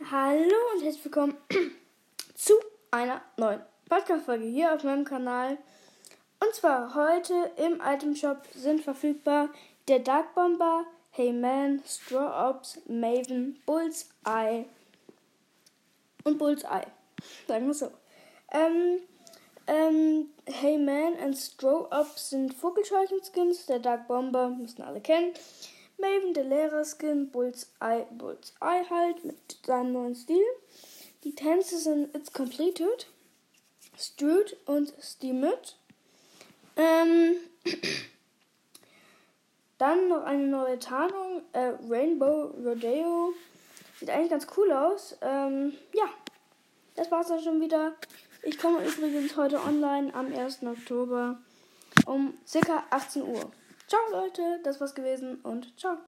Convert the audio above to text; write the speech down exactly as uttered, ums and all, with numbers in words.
Hallo und herzlich willkommen zu einer neuen Podcast-Folge hier auf meinem Kanal. Und zwar heute im Item Shop sind verfügbar der Dark Bomber, Heyman, Straw Ops, Maven, Bullseye und Bullseye. Sagen wir so. Ähm, ähm, Heyman und Straw Ops sind Vogelscheuchen-Skins. Der Dark Bomber müssen alle kennen. Maven, der Lehrer-Skin, Bullseye, Bullseye halt mit seinem neuen Stil. Die Tänze sind It's Completed, Strood und Steamit. Ähm, dann noch eine neue Tarnung, äh, Rainbow Rodeo. Sieht eigentlich ganz cool aus. Ähm, ja, das war's dann schon wieder. Ich komme übrigens heute online am ersten Oktober um ca. achtzehn Uhr. Ciao Leute, das war's gewesen und ciao.